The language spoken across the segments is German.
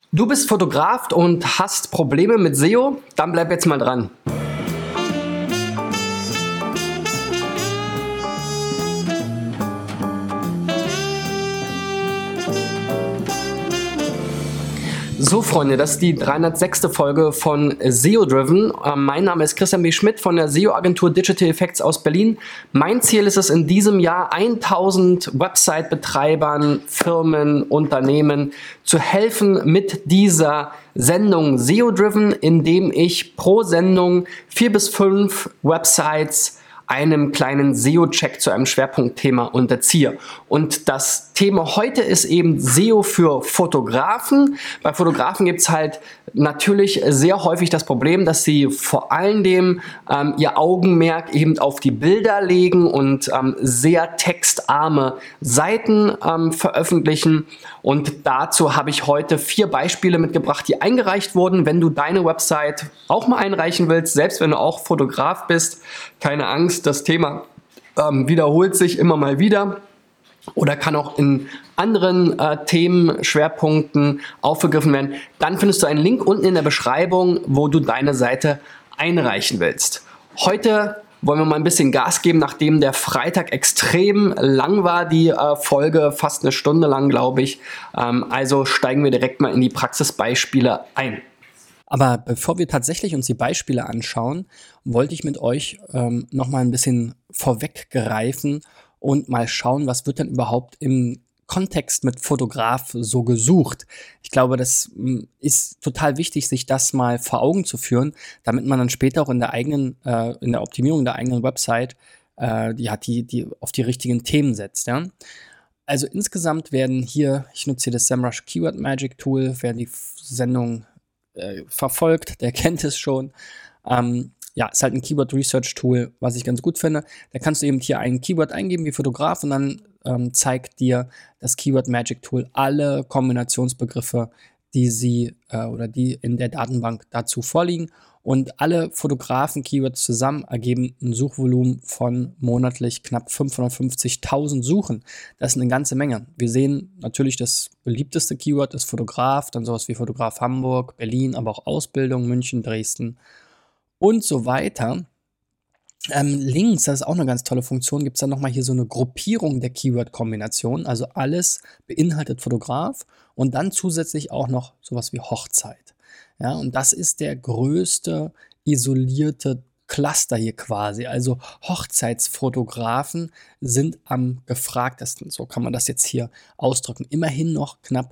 Du bist Fotograf und hast Probleme mit SEO? Dann bleib jetzt mal dran. So Freunde, das ist die 306. Folge von SEO Driven. Mein Name ist Christian B. Schmidt von der SEO-Agentur Digital Effects aus Berlin. Mein Ziel ist es in diesem Jahr, 1000 Website-Betreibern, Firmen, Unternehmen zu helfen mit dieser Sendung SEO Driven, indem ich pro Sendung 4 bis 5 Websites einem kleinen SEO-Check zu einem Schwerpunktthema unterziehe. Und das Thema heute ist eben SEO für Fotografen. Bei Fotografen gibt es halt natürlich sehr häufig das Problem, dass sie vor allen Dingen ihr Augenmerk eben auf die Bilder legen und sehr textarme Seiten veröffentlichen. Und dazu habe ich heute 4 Beispiele mitgebracht, die eingereicht wurden. Wenn du deine Website auch mal einreichen willst, selbst wenn du auch Fotograf bist, keine Angst, das Thema wiederholt sich immer mal wieder oder kann auch in anderen Themenschwerpunkten aufgegriffen werden. Dann findest du einen Link unten in der Beschreibung, wo du deine Seite einreichen willst. Heute wollen wir mal ein bisschen Gas geben, nachdem der Freitag extrem lang war, die Folge, fast eine Stunde lang, glaube ich. Also steigen wir direkt mal in die Praxisbeispiele ein. Aber bevor wir tatsächlich uns die Beispiele anschauen, wollte ich mit euch noch mal ein bisschen vorweggreifen und mal schauen, was wird denn überhaupt im Kontext mit Fotograf so gesucht. Ich glaube, das ist total wichtig, sich das mal vor Augen zu führen, damit man dann später auch in der Optimierung der eigenen Website die auf die richtigen Themen setzt. Ja? Also insgesamt werden hier, ich nutze hier das SEMrush Keyword Magic Tool, wer die Sendung verfolgt, der kennt es schon. Ist halt ein Keyword Research Tool, was ich ganz gut finde. Da kannst du eben hier ein Keyword eingeben wie Fotograf und dann zeigt dir das Keyword Magic Tool alle Kombinationsbegriffe, die in der Datenbank dazu vorliegen. Und alle Fotografen-Keywords zusammen ergeben ein Suchvolumen von monatlich knapp 550.000 Suchen. Das ist eine ganze Menge. Wir sehen natürlich, das beliebteste Keyword ist Fotograf, dann sowas wie Fotograf Hamburg, Berlin, aber auch Ausbildung, München, Dresden und so weiter. Links, das ist auch eine ganz tolle Funktion, gibt es dann nochmal hier so eine Gruppierung der Keyword-Kombinationen. Also alles beinhaltet Fotograf und dann zusätzlich auch noch sowas wie Hochzeit. Ja, und das ist der größte isolierte Cluster hier quasi. Also Hochzeitsfotografen sind am gefragtesten. So kann man das jetzt hier ausdrücken. Immerhin noch knapp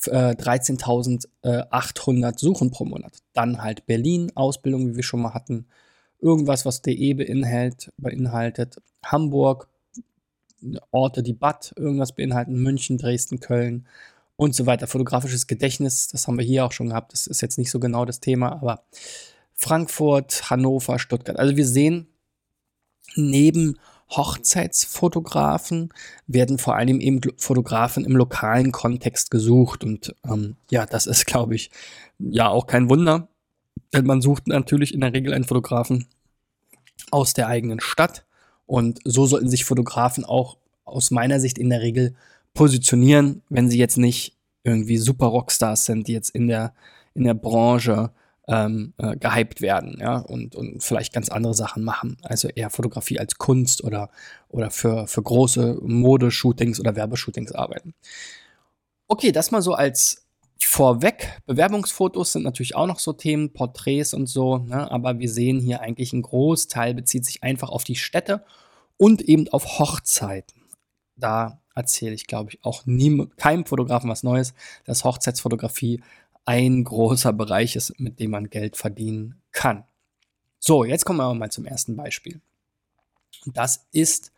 13.800 Suchen pro Monat. Dann halt Berlin, Ausbildung, wie wir schon mal hatten. Irgendwas, was DE beinhaltet. Hamburg, Orte, die Bad, irgendwas beinhalten. München, Dresden, Köln und so weiter. Fotografisches Gedächtnis, das haben wir hier auch schon gehabt. Das ist jetzt nicht so genau das Thema, aber Frankfurt, Hannover, Stuttgart. Also wir sehen, neben Hochzeitsfotografen werden vor allem eben Fotografen im lokalen Kontext gesucht. Und das ist, glaube ich, ja auch kein Wunder. Denn man sucht natürlich in der Regel einen Fotografen aus der eigenen Stadt. Und so sollten sich Fotografen auch aus meiner Sicht in der Regel positionieren, wenn sie jetzt nicht irgendwie super Rockstars sind, die jetzt in der Branche gehypt werden, ja, und vielleicht ganz andere Sachen machen. Also eher Fotografie als Kunst oder für große Modeshootings oder Werbeshootings arbeiten. Okay, das mal so als vorweg. Bewerbungsfotos sind natürlich auch noch so Themen, Porträts und so, ne? Aber wir sehen hier eigentlich ein Großteil bezieht sich einfach auf die Städte und eben auf Hochzeiten. Da erzähle ich, glaube ich, auch keinem Fotografen was Neues, dass Hochzeitsfotografie ein großer Bereich ist, mit dem man Geld verdienen kann. So, jetzt kommen wir aber mal zum ersten Beispiel. Das ist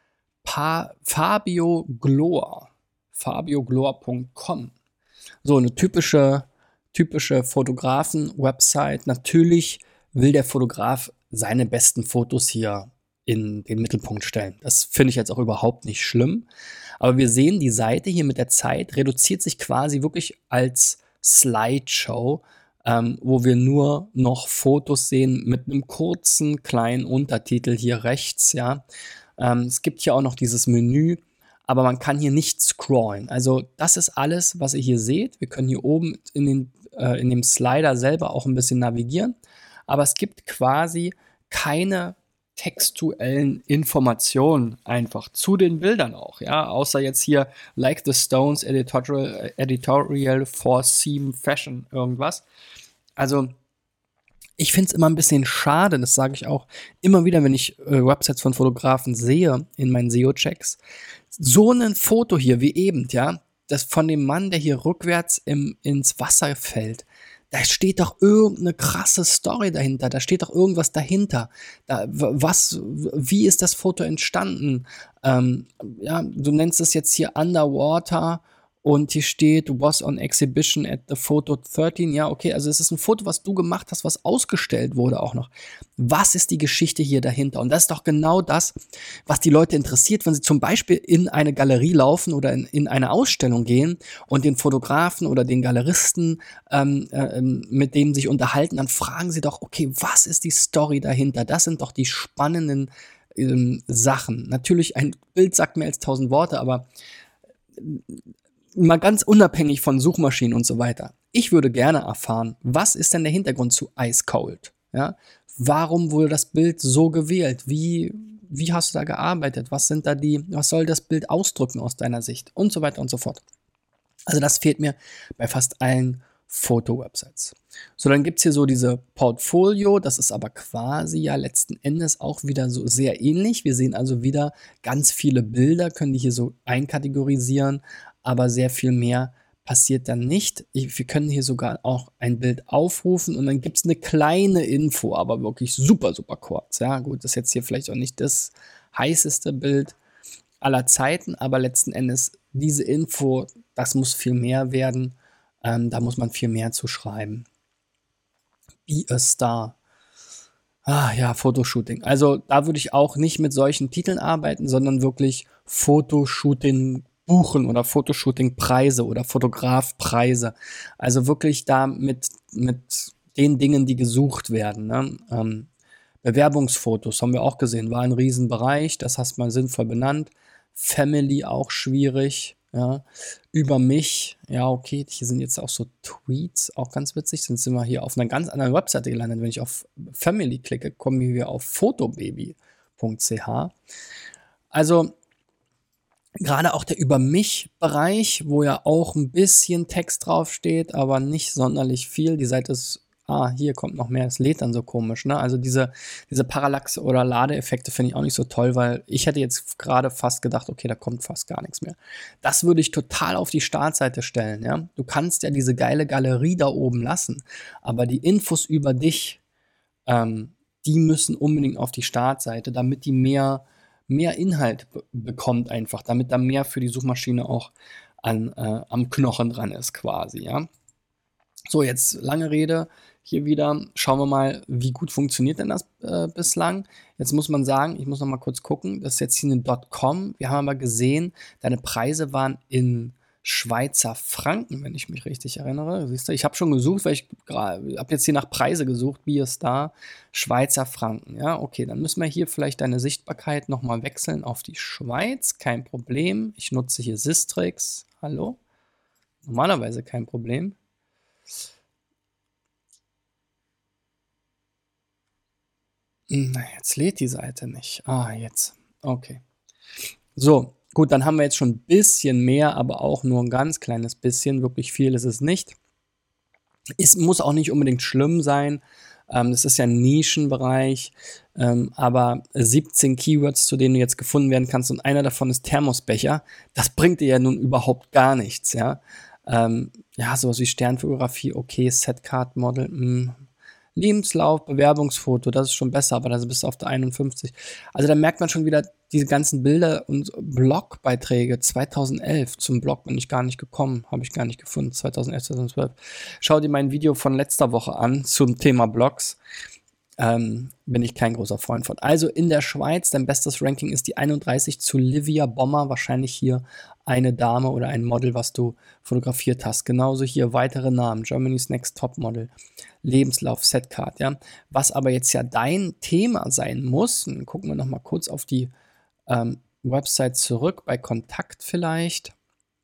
Fabio Glor. FabioGlor.com. So, eine typische Fotografen-Website. Natürlich will der Fotograf seine besten Fotos hier in den Mittelpunkt stellen. Das finde ich jetzt auch überhaupt nicht schlimm. Aber wir sehen, die Seite hier mit der Zeit reduziert sich quasi wirklich als Slideshow, wo wir nur noch Fotos sehen mit einem kurzen, kleinen Untertitel hier rechts. Ja, es gibt hier auch noch dieses Menü, aber man kann hier nicht scrollen. Also das ist alles, was ihr hier seht. Wir können hier oben in dem Slider selber auch ein bisschen navigieren, aber es gibt quasi keine textuellen Informationen einfach zu den Bildern auch, ja, außer jetzt hier Like the Stones Editorial for Theme Fashion irgendwas. Also ich finde es immer ein bisschen schade, das sage ich auch immer wieder, wenn ich Websites von Fotografen sehe in meinen SEO-Checks. So ein Foto hier wie eben, ja, das von dem Mann, der hier rückwärts ins Wasser fällt. Da steht doch irgendeine krasse Story dahinter, da steht doch irgendwas dahinter. Wie ist das Foto entstanden? Ja, du nennst es jetzt hier Underwater und hier steht, was on exhibition at the photo 13. Ja, okay, also es ist ein Foto, was du gemacht hast, was ausgestellt wurde auch noch. Was ist die Geschichte hier dahinter? Und das ist doch genau das, was die Leute interessiert, wenn sie zum Beispiel in eine Galerie laufen oder in eine Ausstellung gehen und den Fotografen oder den Galeristen mit dem sich unterhalten, dann fragen sie doch, okay, was ist die Story dahinter? Das sind doch die spannenden Sachen. Natürlich, ein Bild sagt mehr als 1000 Worte, aber mal ganz unabhängig von Suchmaschinen und so weiter. Ich würde gerne erfahren, was ist denn der Hintergrund zu Ice Cold? Ja? Warum wurde das Bild so gewählt? Wie hast du da gearbeitet? Was soll das Bild ausdrücken aus deiner Sicht? Und so weiter und so fort. Also das fehlt mir bei fast allen Foto-Websites. So, dann gibt es hier so diese Portfolio, das ist aber quasi ja letzten Endes auch wieder so sehr ähnlich. Wir sehen also wieder ganz viele Bilder, können die hier so einkategorisieren, aber sehr viel mehr passiert dann nicht. Wir können hier sogar auch ein Bild aufrufen und dann gibt es eine kleine Info, aber wirklich super, super kurz. Ja, gut, das ist jetzt hier vielleicht auch nicht das heißeste Bild aller Zeiten, aber letzten Endes diese Info, das muss viel mehr werden. Da muss man viel mehr zu schreiben. Be a Star. Ja, Fotoshooting. Also da würde ich auch nicht mit solchen Titeln arbeiten, sondern wirklich Fotoshooting buchen oder Fotoshooting-Preise oder Fotografpreise. Also wirklich da mit den Dingen, die gesucht werden. Ne? Bewerbungsfotos haben wir auch gesehen, war ein Riesenbereich, das hast du mal sinnvoll benannt. Family auch schwierig, ja. Über mich, ja, okay, hier sind jetzt auch so Tweets, auch ganz witzig, sind wir hier auf einer ganz anderen Webseite gelandet. Wenn ich auf Family klicke, kommen wir auf fotobaby.ch. Also gerade auch der Über mich-Bereich, wo ja auch ein bisschen Text draufsteht, aber nicht sonderlich viel. Die Seite ist, hier kommt noch mehr, es lädt dann so komisch, ne? Also diese Parallax- oder Ladeeffekte finde ich auch nicht so toll, weil ich hätte jetzt gerade fast gedacht, okay, da kommt fast gar nichts mehr. Das würde ich total auf die Startseite stellen, ja? Du kannst ja diese geile Galerie da oben lassen, aber die Infos über dich, die müssen unbedingt auf die Startseite, damit die mehr Inhalt bekommt einfach, damit da mehr für die Suchmaschine auch am Knochen dran ist quasi, ja. So, jetzt lange Rede, hier wieder, schauen wir mal, wie gut funktioniert denn das bislang. Jetzt muss man sagen, ich muss noch mal kurz gucken, das ist jetzt hier eine .com, wir haben aber gesehen, deine Preise waren in Schweizer Franken, wenn ich mich richtig erinnere. Siehst du, ich habe schon gesucht, weil ich habe jetzt hier nach Preise gesucht, Be a Star, Schweizer Franken. Ja, okay, dann müssen wir hier vielleicht deine Sichtbarkeit nochmal wechseln auf die Schweiz. Kein Problem. Ich nutze hier Sistrix. Hallo? Normalerweise kein Problem. Jetzt lädt die Seite nicht. Jetzt. Okay. So, gut, dann haben wir jetzt schon ein bisschen mehr, aber auch nur ein ganz kleines bisschen. Wirklich viel ist es nicht. Es muss auch nicht unbedingt schlimm sein. Das ist ja ein Nischenbereich. Aber 17 Keywords, zu denen du jetzt gefunden werden kannst, und einer davon ist Thermosbecher. Das bringt dir ja nun überhaupt gar nichts, ja. Ja, sowas wie Sternfotografie, okay, Setcard-Model, Lebenslauf, Bewerbungsfoto, das ist schon besser, aber da bist du auf der 51. Also da merkt man schon wieder diese ganzen Bilder und Blogbeiträge 2011. Zum Blog bin ich gar nicht gekommen, habe ich gar nicht gefunden, 2011, 2012. Schau dir mein Video von letzter Woche an zum Thema Blogs. Bin ich kein großer Freund von. Also in der Schweiz, dein bestes Ranking ist die 31 zu Livia Bommer, wahrscheinlich hier eine Dame oder ein Model, was du fotografiert hast. Genauso hier weitere Namen, Germany's Next Top Model, Lebenslauf, Setcard, ja. Was aber jetzt ja dein Thema sein muss, dann gucken wir nochmal kurz auf die Website zurück, bei Kontakt vielleicht.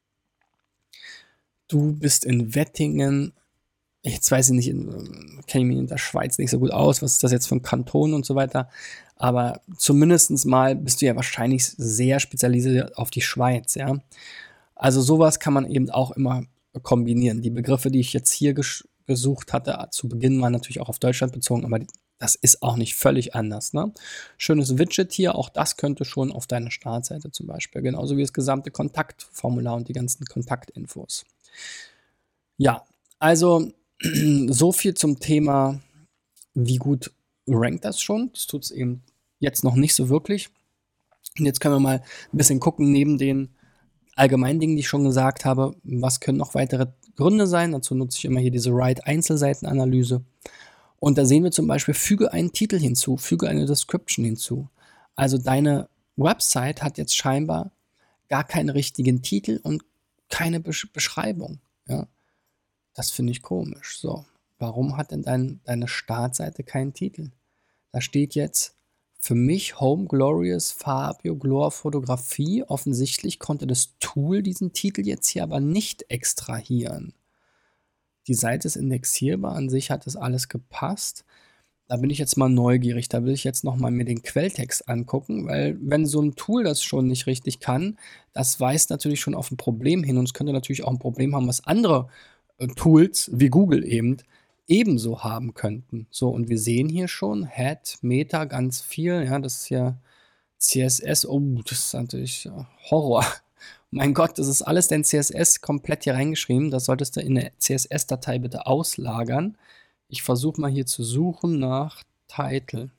Du bist in Wettingen. Jetzt weiß ich nicht, kenne ich mich in der Schweiz nicht so gut aus, was ist das jetzt für ein Kanton und so weiter. Aber zumindest mal bist du ja wahrscheinlich sehr spezialisiert auf die Schweiz, ja. Also sowas kann man eben auch immer kombinieren. Die Begriffe, die ich jetzt hier gesucht hatte, zu Beginn waren natürlich auch auf Deutschland bezogen, aber das ist auch nicht völlig anders. Ne? Schönes Widget hier, auch das könnte schon auf deiner Startseite zum Beispiel, genauso wie das gesamte Kontaktformular und die ganzen Kontaktinfos. Ja, also so viel zum Thema, wie gut rankt das schon. Das tut es eben jetzt noch nicht so wirklich. Und jetzt können wir mal ein bisschen gucken, neben den allgemeinen Dingen, die ich schon gesagt habe, was können noch weitere Gründe sein. Dazu nutze ich immer hier diese Write-Einzelseitenanalyse. Und da sehen wir zum Beispiel, füge einen Titel hinzu, füge eine Description hinzu. Also deine Website hat jetzt scheinbar gar keinen richtigen Titel und keine Beschreibung. Ja? Das finde ich komisch. So, warum hat denn deine Startseite keinen Titel? Da steht jetzt für mich Home Glorious Fabio Glor Fotografie. Offensichtlich konnte das Tool diesen Titel jetzt hier aber nicht extrahieren. Die Seite ist indexierbar, an sich hat das alles gepasst. Da bin ich jetzt mal neugierig, da will ich jetzt nochmal mir den Quelltext angucken, weil wenn so ein Tool das schon nicht richtig kann, das weist natürlich schon auf ein Problem hin und es könnte natürlich auch ein Problem haben, was andere Tools wie Google ebenso haben könnten. So, und wir sehen hier schon Head, Meta, ganz viel, ja, das ist ja CSS, oh, das ist natürlich Horror. Mein Gott, das ist alles dein CSS komplett hier reingeschrieben. Das solltest du in der CSS-Datei bitte auslagern. Ich versuche mal hier zu suchen nach Title.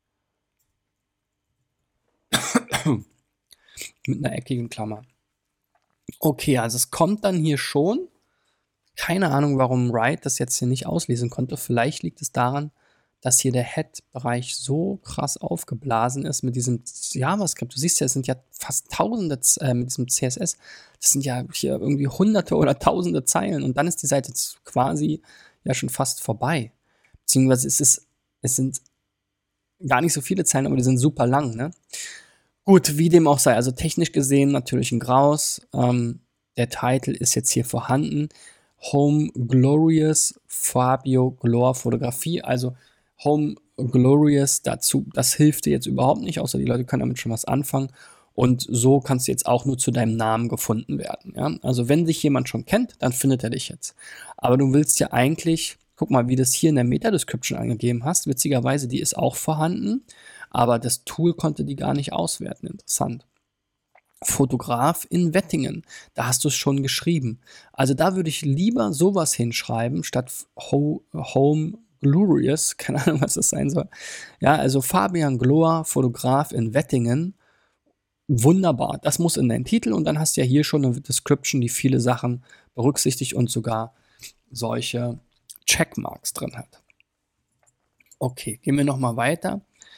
Mit einer eckigen Klammer. Okay, also es kommt dann hier schon. Keine Ahnung, warum Write das jetzt hier nicht auslesen konnte. Vielleicht liegt es daran, dass hier der Head-Bereich so krass aufgeblasen ist mit diesem JavaScript. Du siehst ja, es sind ja fast Tausende mit diesem CSS. Das sind ja hier irgendwie Hunderte oder Tausende Zeilen und dann ist die Seite quasi ja schon fast vorbei. Beziehungsweise es sind gar nicht so viele Zeilen, aber die sind super lang. Ne? Gut, wie dem auch sei. Also technisch gesehen natürlich ein Graus. Der Titel ist jetzt hier vorhanden. Home Glorious Fabio Glor Fotografie. Also Home Glorious dazu, das hilft dir jetzt überhaupt nicht, außer die Leute können damit schon was anfangen. Und so kannst du jetzt auch nur zu deinem Namen gefunden werden. Ja? Also wenn dich jemand schon kennt, dann findet er dich jetzt. Aber du willst ja eigentlich, guck mal, wie du das hier in der Meta-Description angegeben hast. Witzigerweise, die ist auch vorhanden, aber das Tool konnte die gar nicht auswerten. Interessant. Fotograf in Wettingen, da hast du es schon geschrieben. Also da würde ich lieber sowas hinschreiben, statt Home Glorious, keine Ahnung, was das sein soll. Ja, also Fabian Glor, Fotograf in Wettingen. Wunderbar, das muss in deinen Titel und dann hast du ja hier schon eine Description, die viele Sachen berücksichtigt und sogar solche Checkmarks drin hat. Okay, gehen wir nochmal weiter.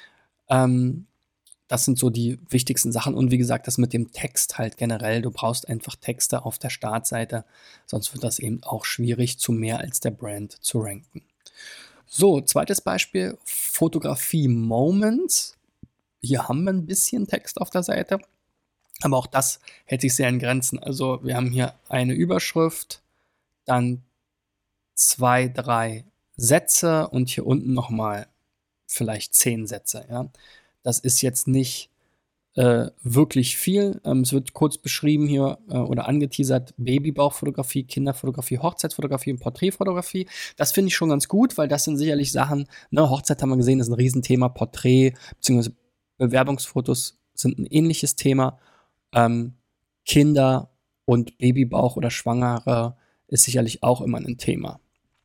Das sind so die wichtigsten Sachen und wie gesagt, das mit dem Text halt generell, du brauchst einfach Texte auf der Startseite, sonst wird das eben auch schwierig, zu mehr als der Brand zu ranken. So, zweites Beispiel, Fotografie Moments. Hier haben wir ein bisschen Text auf der Seite, aber auch das hält sich sehr in Grenzen. Also wir haben hier eine Überschrift, dann 2, 3 Sätze und hier unten nochmal vielleicht 10 Sätze. Ja? Das ist jetzt nicht wirklich viel. Es wird kurz beschrieben hier oder angeteasert, Babybauchfotografie, Kinderfotografie, Hochzeitsfotografie und Porträtfotografie. Das finde ich schon ganz gut, weil das sind sicherlich Sachen, ne, Hochzeit haben wir gesehen, ist ein Riesenthema, Porträt bzw. Bewerbungsfotos sind ein ähnliches Thema. Kinder und Babybauch oder Schwangere ist sicherlich auch immer ein Thema.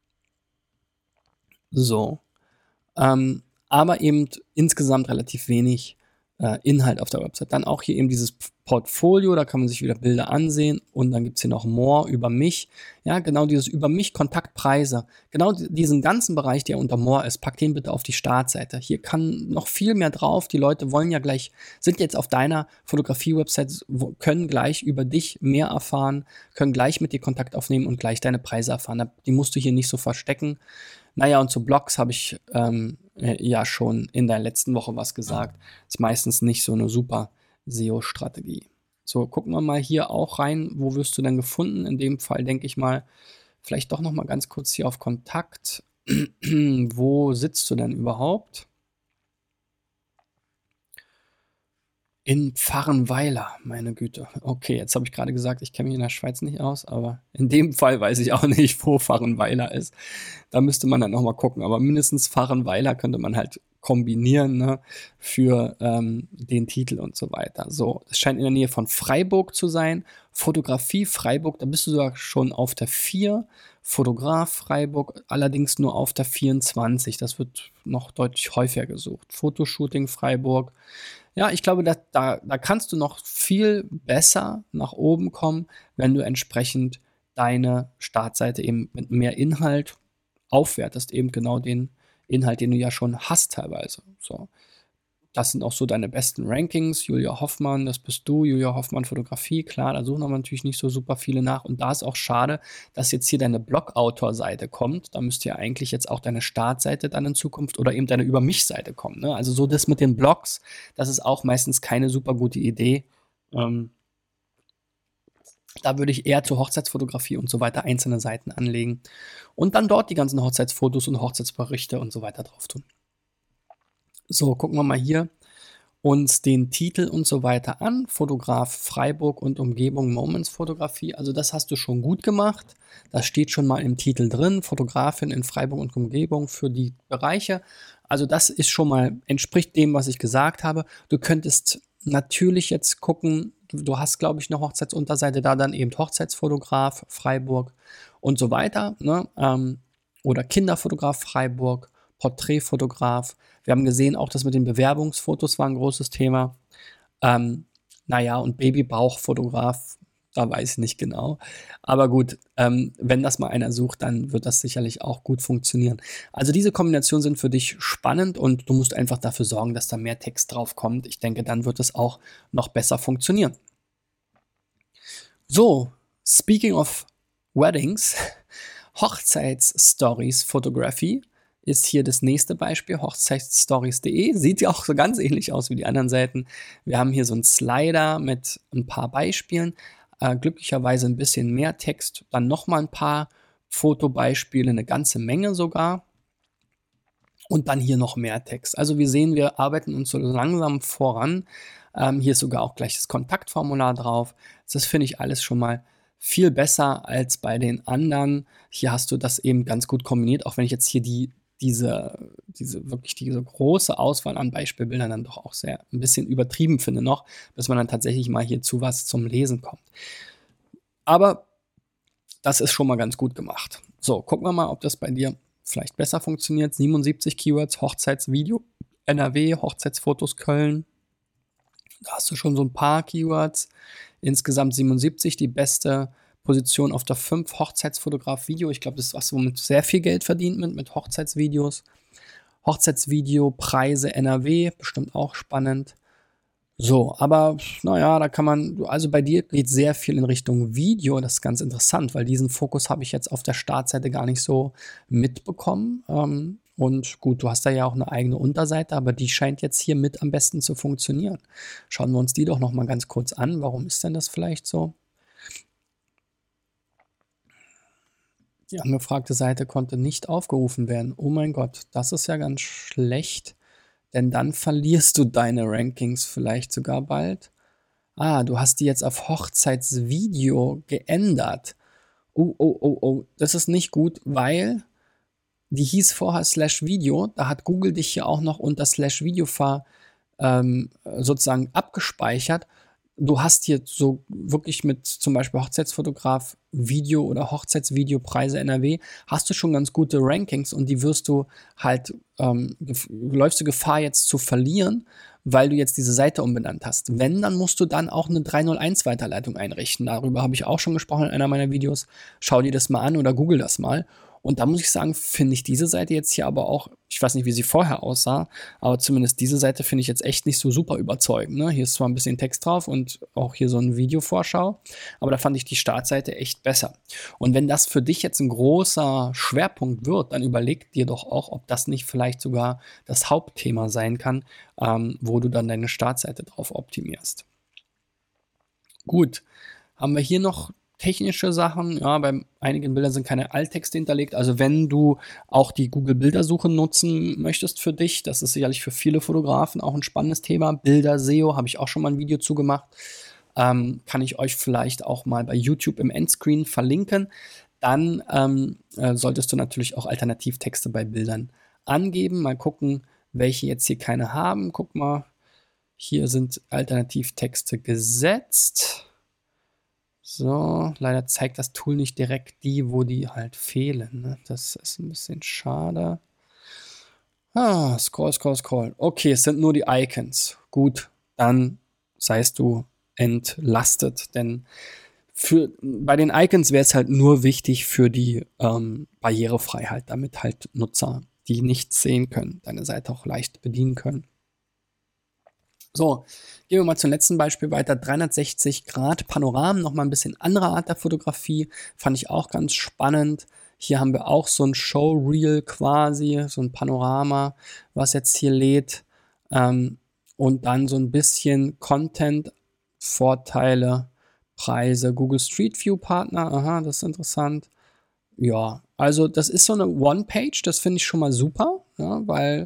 So. Aber eben insgesamt relativ wenig Inhalt auf der Website. Dann auch hier eben dieses Portfolio, da kann man sich wieder Bilder ansehen und dann gibt es hier noch More über mich. Ja, genau dieses über mich, Kontaktpreise. Genau diesen ganzen Bereich, der unter More ist, pack den bitte auf die Startseite. Hier kann noch viel mehr drauf. Die Leute wollen ja gleich, sind jetzt auf deiner Fotografie-Website, können gleich über dich mehr erfahren, können gleich mit dir Kontakt aufnehmen und gleich deine Preise erfahren. Die musst du hier nicht so verstecken. Naja, und zu Blogs habe ich ja schon in der letzten Woche was gesagt. Ist meistens nicht so eine super SEO-Strategie. So, gucken wir mal hier auch rein, wo wirst du denn gefunden? In dem Fall denke ich mal, vielleicht doch noch mal ganz kurz hier auf Kontakt. Wo sitzt du denn überhaupt? In Pfarrenweiler, meine Güte. Okay, jetzt habe ich gerade gesagt, ich kenne mich in der Schweiz nicht aus, aber in dem Fall weiß ich auch nicht, wo Pfarrenweiler ist. Da müsste man dann nochmal gucken. Aber mindestens Pfarrenweiler könnte man halt kombinieren, ne, für den Titel und so weiter. So, es scheint in der Nähe von Freiburg zu sein. Fotografie Freiburg, da bist du sogar schon auf der 4. Fotograf Freiburg, allerdings nur auf der 24. Das wird noch deutlich häufiger gesucht. Fotoshooting Freiburg. Ja, ich glaube, da kannst du noch viel besser nach oben kommen, wenn du entsprechend deine Startseite eben mit mehr Inhalt aufwertest, eben genau den Inhalt, den du ja schon hast teilweise. So. Das sind auch so deine besten Rankings. Julia Hoffmann, das bist du. Julia Hoffmann Fotografie, klar, da suchen aber natürlich nicht so super viele nach. Und da ist auch schade, dass jetzt hier deine Blog-Autor-Seite kommt. Da müsste ja eigentlich jetzt auch deine Startseite dann in Zukunft oder eben deine Über-mich-Seite kommen. Ne? Also so das mit den Blogs, das ist auch meistens keine super gute Idee. Da würde ich eher zur Hochzeitsfotografie und so weiter einzelne Seiten anlegen und dann dort die ganzen Hochzeitsfotos und Hochzeitsberichte und so weiter drauf tun. So, gucken wir mal hier uns den Titel und so weiter an. Fotograf Freiburg und Umgebung Moments Fotografie. Also das hast du schon gut gemacht. Das steht schon mal im Titel drin. Fotografin in Freiburg und Umgebung für die Bereiche. Also das ist schon mal, entspricht dem, was ich gesagt habe. Du könntest natürlich jetzt gucken, du hast, glaube ich, eine Hochzeitsunterseite, da dann eben Hochzeitsfotograf Freiburg und so weiter. Ne? Oder Kinderfotograf Freiburg, Porträtfotograf. Wir haben gesehen, auch das mit den Bewerbungsfotos war ein großes Thema. Naja, und Babybauchfotograf, da weiß ich nicht genau. Aber gut, wenn das mal einer sucht, dann wird das sicherlich auch gut funktionieren. Also diese Kombinationen sind für dich spannend und du musst einfach dafür sorgen, dass da mehr Text drauf kommt. Ich denke, dann wird es auch noch besser funktionieren. So, speaking of weddings, Hochzeitsstories Photography ist hier das nächste Beispiel, hochzeitsstories.de. Sieht ja auch so ganz ähnlich aus wie die anderen Seiten. Wir haben hier so einen Slider mit ein paar Beispielen, glücklicherweise ein bisschen mehr Text, dann nochmal ein paar Fotobeispiele, eine ganze Menge sogar. Und dann hier noch mehr Text. Also wir sehen, wir arbeiten uns so langsam voran. Hier ist sogar auch gleich das Kontaktformular drauf. Das finde ich alles schon mal viel besser als bei den anderen. Hier hast du das eben ganz gut kombiniert, auch wenn ich jetzt hier diese große Auswahl an Beispielbildern dann doch auch sehr ein bisschen übertrieben finde noch, bis man dann tatsächlich mal hier zu was zum Lesen kommt. Aber das ist schon mal ganz gut gemacht. So, gucken wir mal, ob das bei dir vielleicht besser funktioniert. 77 Keywords, Hochzeitsvideo, NRW, Hochzeitsfotos Köln. Da hast du schon so ein paar Keywords. Insgesamt 77, die beste Position auf der 5, Hochzeitsfotograf-Video. Ich glaube, das ist was, womit sehr viel Geld verdient mit Hochzeitsvideos. Hochzeitsvideo-Preise NRW, bestimmt auch spannend. So, aber naja, da kann man, also bei dir geht sehr viel in Richtung Video. Das ist ganz interessant, weil diesen Fokus habe ich jetzt auf der Startseite gar nicht so mitbekommen. Und gut, du hast da ja auch eine eigene Unterseite, aber die scheint jetzt hier mit am besten zu funktionieren. Schauen wir uns die doch noch mal ganz kurz an. Warum ist denn das vielleicht so? Die angefragte Seite konnte nicht aufgerufen werden. Oh mein Gott, das ist ja ganz schlecht, denn dann verlierst du deine Rankings vielleicht sogar bald. Du hast die jetzt auf Hochzeitsvideo geändert. Oh, das ist nicht gut, weil die hieß vorher /Video, da hat Google dich hier auch noch unter /Video sozusagen abgespeichert. Du hast hier so wirklich mit zum Beispiel Hochzeitsfotograf Video oder Hochzeitsvideopreise NRW, hast du schon ganz gute Rankings und die wirst du halt, läufst du Gefahr jetzt zu verlieren, weil du jetzt diese Seite umbenannt hast. Wenn, dann musst du dann auch eine 301 Weiterleitung einrichten. Darüber habe ich auch schon gesprochen in einer meiner Videos. Schau dir das mal an oder google das mal. Und da muss ich sagen, finde ich diese Seite jetzt hier aber auch, ich weiß nicht, wie sie vorher aussah, aber zumindest diese Seite finde ich jetzt echt nicht so super überzeugend. Ne? Hier ist zwar ein bisschen Text drauf und auch hier so ein Videovorschau, aber da fand ich die Startseite echt besser. Und wenn das für dich jetzt ein großer Schwerpunkt wird, dann überleg dir doch auch, ob das nicht vielleicht sogar das Hauptthema sein kann, wo du dann deine Startseite drauf optimierst. Gut, haben wir hier noch technische Sachen. Ja, bei einigen Bildern sind keine Alttexte hinterlegt. Also wenn du auch die Google-Bildersuche nutzen möchtest für dich, das ist sicherlich für viele Fotografen auch ein spannendes Thema. Bilder-SEO, habe ich auch schon mal ein Video zugemacht. Kann ich euch vielleicht auch mal bei YouTube im Endscreen verlinken. Dann solltest du natürlich auch Alternativtexte bei Bildern angeben. Mal gucken, welche jetzt hier keine haben. Guck mal, hier sind Alternativtexte gesetzt. So, leider zeigt das Tool nicht direkt die, wo die halt fehlen. Ne? Das ist ein bisschen schade. Scroll. Okay, es sind nur die Icons. Gut, dann seist du entlastet, denn bei den Icons wäre es halt nur wichtig für die Barrierefreiheit, damit halt Nutzer, die nichts sehen können, deine Seite auch leicht bedienen können. So, gehen wir mal zum letzten Beispiel weiter. 360 Grad Panoramen, nochmal ein bisschen andere Art der Fotografie, fand ich auch ganz spannend. Hier haben wir auch so ein Showreel quasi, so ein Panorama, was jetzt hier lädt. Und dann so ein bisschen Content, Vorteile, Preise, Google Street View Partner, aha, das ist interessant. Ja, also das ist so eine One-Page, das finde ich schon mal super, ja, weil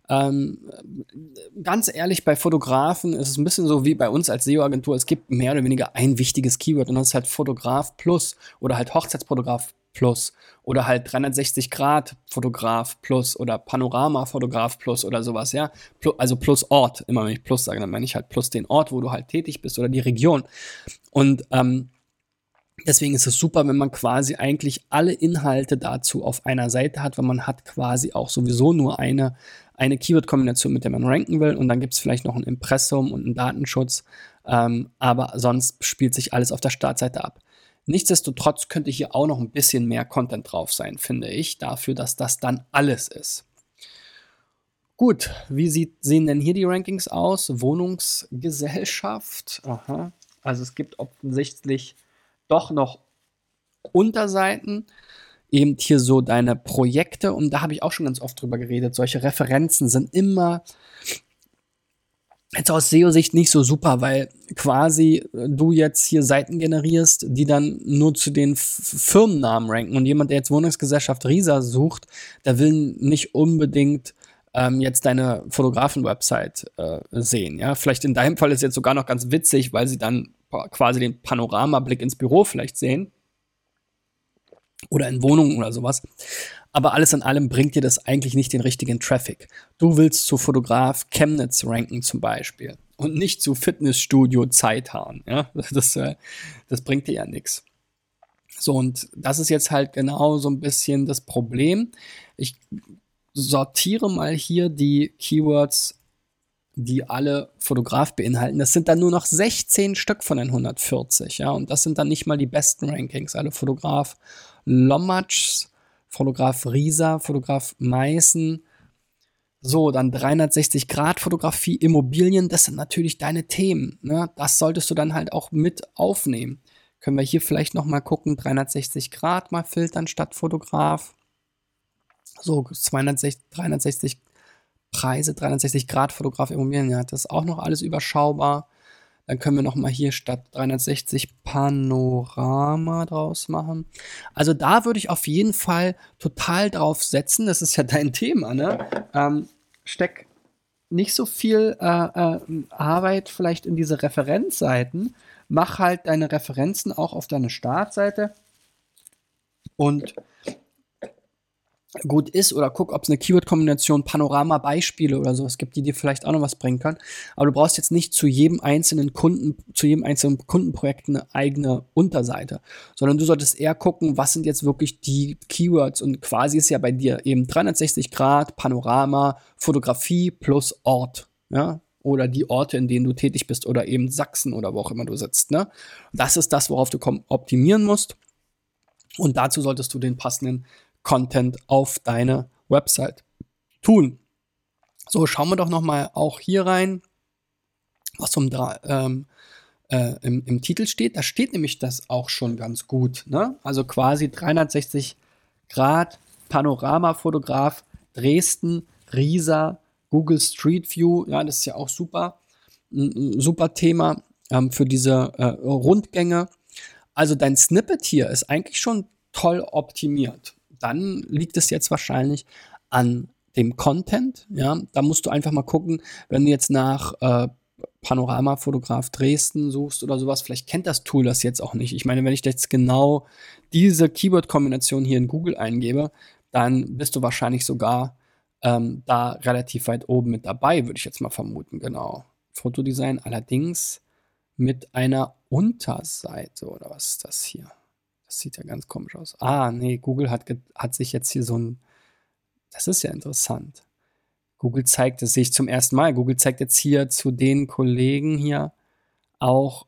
ganz ehrlich, bei Fotografen ist es ein bisschen so wie bei uns als SEO-Agentur, es gibt mehr oder weniger ein wichtiges Keyword und das ist halt Fotograf plus oder halt Hochzeitsfotograf plus oder halt 360 Grad Fotograf plus oder Panorama-Fotograf plus oder sowas, ja. Also plus Ort, immer wenn ich plus sage, dann meine ich halt plus den Ort, wo du halt tätig bist oder die Region. Und deswegen ist es super, wenn man quasi eigentlich alle Inhalte dazu auf einer Seite hat, weil man hat quasi auch sowieso nur eine Keyword-Kombination, mit der man ranken will und dann gibt es vielleicht noch ein Impressum und einen Datenschutz, aber sonst spielt sich alles auf der Startseite ab. Nichtsdestotrotz könnte hier auch noch ein bisschen mehr Content drauf sein, finde ich, dafür, dass das dann alles ist. Gut, wie sehen denn hier die Rankings aus? Wohnungsgesellschaft, aha. Also es gibt offensichtlich doch noch Unterseiten, eben hier so deine Projekte und da habe ich auch schon ganz oft drüber geredet. Solche Referenzen sind immer jetzt aus SEO-Sicht nicht so super, weil quasi du jetzt hier Seiten generierst, die dann nur zu den Firmennamen ranken und jemand, der jetzt Wohnungsgesellschaft Risa sucht, der will nicht unbedingt jetzt deine Fotografen-Website sehen. Ja? Vielleicht in deinem Fall ist jetzt sogar noch ganz witzig, weil sie dann quasi den Panoramablick ins Büro vielleicht sehen oder in Wohnungen oder sowas. Aber alles in allem bringt dir das eigentlich nicht den richtigen Traffic. Du willst zu Fotograf Chemnitz ranken zum Beispiel und nicht zu Fitnessstudio Zeithauen. Ja? Das bringt dir ja nichts. So, und das ist jetzt halt genau so ein bisschen das Problem. Ich sortiere mal hier die Keywords, die alle Fotograf beinhalten. Das sind dann nur noch 16 Stück von den 140, ja, und das sind dann nicht mal die besten Rankings. Alle Fotograf Lommatschs, Fotograf Risa, Fotograf Meißen. So, dann 360 Grad Fotografie, Immobilien, das sind natürlich deine Themen, ne? Das solltest du dann halt auch mit aufnehmen. Können wir hier vielleicht noch mal gucken, 360 Grad mal filtern statt Fotograf. So, 360 Preise, 360 Grad Fotograf Immobilien, ja, das ist auch noch alles überschaubar. Dann können wir noch mal hier statt 360 Panorama draus machen. Also da würde ich auf jeden Fall total drauf setzen. Das ist ja dein Thema, ne? Steck nicht so viel Arbeit vielleicht in diese Referenzseiten. Mach halt deine Referenzen auch auf deine Startseite und gut ist oder guck, ob es eine Keyword-Kombination Panorama-Beispiele oder sowas gibt, die dir vielleicht auch noch was bringen können. Aber du brauchst jetzt nicht zu jedem einzelnen Kundenprojekt eine eigene Unterseite, sondern du solltest eher gucken, was sind jetzt wirklich die Keywords und quasi ist ja bei dir eben 360 Grad Panorama, Fotografie plus Ort, ja, oder die Orte, in denen du tätig bist oder eben Sachsen oder wo auch immer du sitzt, ne? Das ist das, worauf du optimieren musst und dazu solltest du den passenden Content auf deine Website tun. So, schauen wir doch noch mal auch hier rein, was im Titel steht. Da steht nämlich das auch schon ganz gut, ne? Also quasi 360 Grad Panoramafotograf Dresden, Risa, Google Street View. Ja, das ist ja auch super. Ein super Thema. für diese Rundgänge. Also dein Snippet hier ist eigentlich schon toll optimiert. Dann liegt es jetzt wahrscheinlich an dem Content. Ja, da musst du einfach mal gucken, wenn du jetzt nach Panoramafotograf Dresden suchst oder sowas, vielleicht kennt das Tool das jetzt auch nicht. Ich meine, wenn ich jetzt genau diese Keyword-Kombination hier in Google eingebe, dann bist du wahrscheinlich sogar da relativ weit oben mit dabei, würde ich jetzt mal vermuten, genau. Fotodesign allerdings mit einer Unterseite, oder was ist das hier? Das sieht ja ganz komisch aus. Ah, nee, Google hat sich jetzt hier das ist ja interessant. Google zeigt, das sehe ich zum ersten Mal, Google zeigt jetzt hier zu den Kollegen hier auch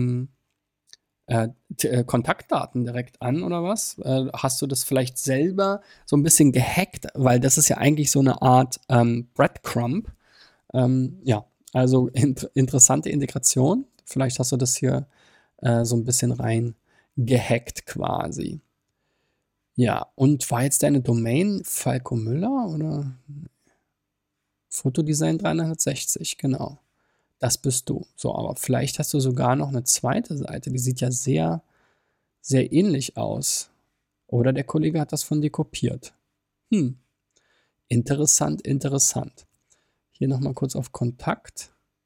Kontaktdaten direkt an, oder was? Hast du das vielleicht selber so ein bisschen gehackt? Weil das ist ja eigentlich so eine Art Breadcrumb. Ja, also interessante Integration. Vielleicht hast du das hier so ein bisschen rein gehackt quasi. Ja, und war jetzt deine Domain Falco Müller oder Fotodesign 360, genau. Das bist du. So, aber vielleicht hast du sogar noch eine zweite Seite, die sieht ja sehr, sehr ähnlich aus. Oder der Kollege hat das von dir kopiert. Interessant, interessant. Hier nochmal kurz auf Kontakt.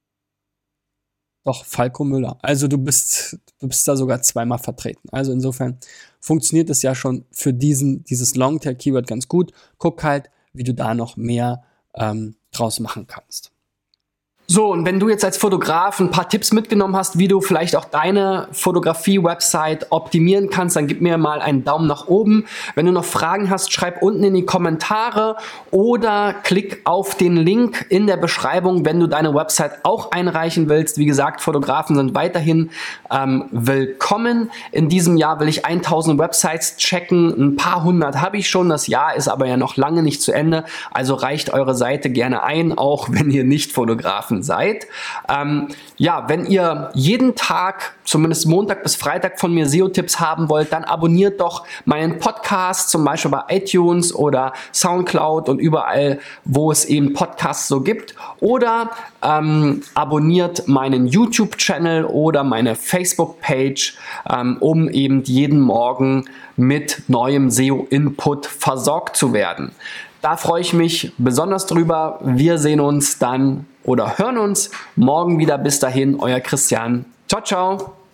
Doch, Falco Müller. Also du bist da sogar zweimal vertreten. Also insofern funktioniert es ja schon für dieses Longtail-Keyword ganz gut. Guck halt, wie du da noch mehr draus machen kannst. So, und wenn du jetzt als Fotograf ein paar Tipps mitgenommen hast, wie du vielleicht auch deine Fotografie-Website optimieren kannst, dann gib mir mal einen Daumen nach oben. Wenn du noch Fragen hast, schreib unten in die Kommentare oder klick auf den Link in der Beschreibung, wenn du deine Website auch einreichen willst. Wie gesagt, Fotografen sind weiterhin willkommen. In diesem Jahr will ich 1000 Websites checken. Ein paar hundert habe ich schon. Das Jahr ist aber ja noch lange nicht zu Ende. Also reicht eure Seite gerne ein, auch wenn ihr nicht Fotografen seid. Ja, wenn ihr jeden Tag, zumindest Montag bis Freitag von mir SEO-Tipps haben wollt, dann abonniert doch meinen Podcast, zum Beispiel bei iTunes oder Soundcloud und überall, wo es eben Podcasts so gibt. Oder abonniert meinen YouTube-Channel oder meine Facebook-Page, um eben jeden Morgen mit neuem SEO-Input versorgt zu werden. Da freue ich mich besonders drüber. Wir sehen uns dann oder hören uns morgen wieder. Bis dahin, euer Christian. Ciao, ciao.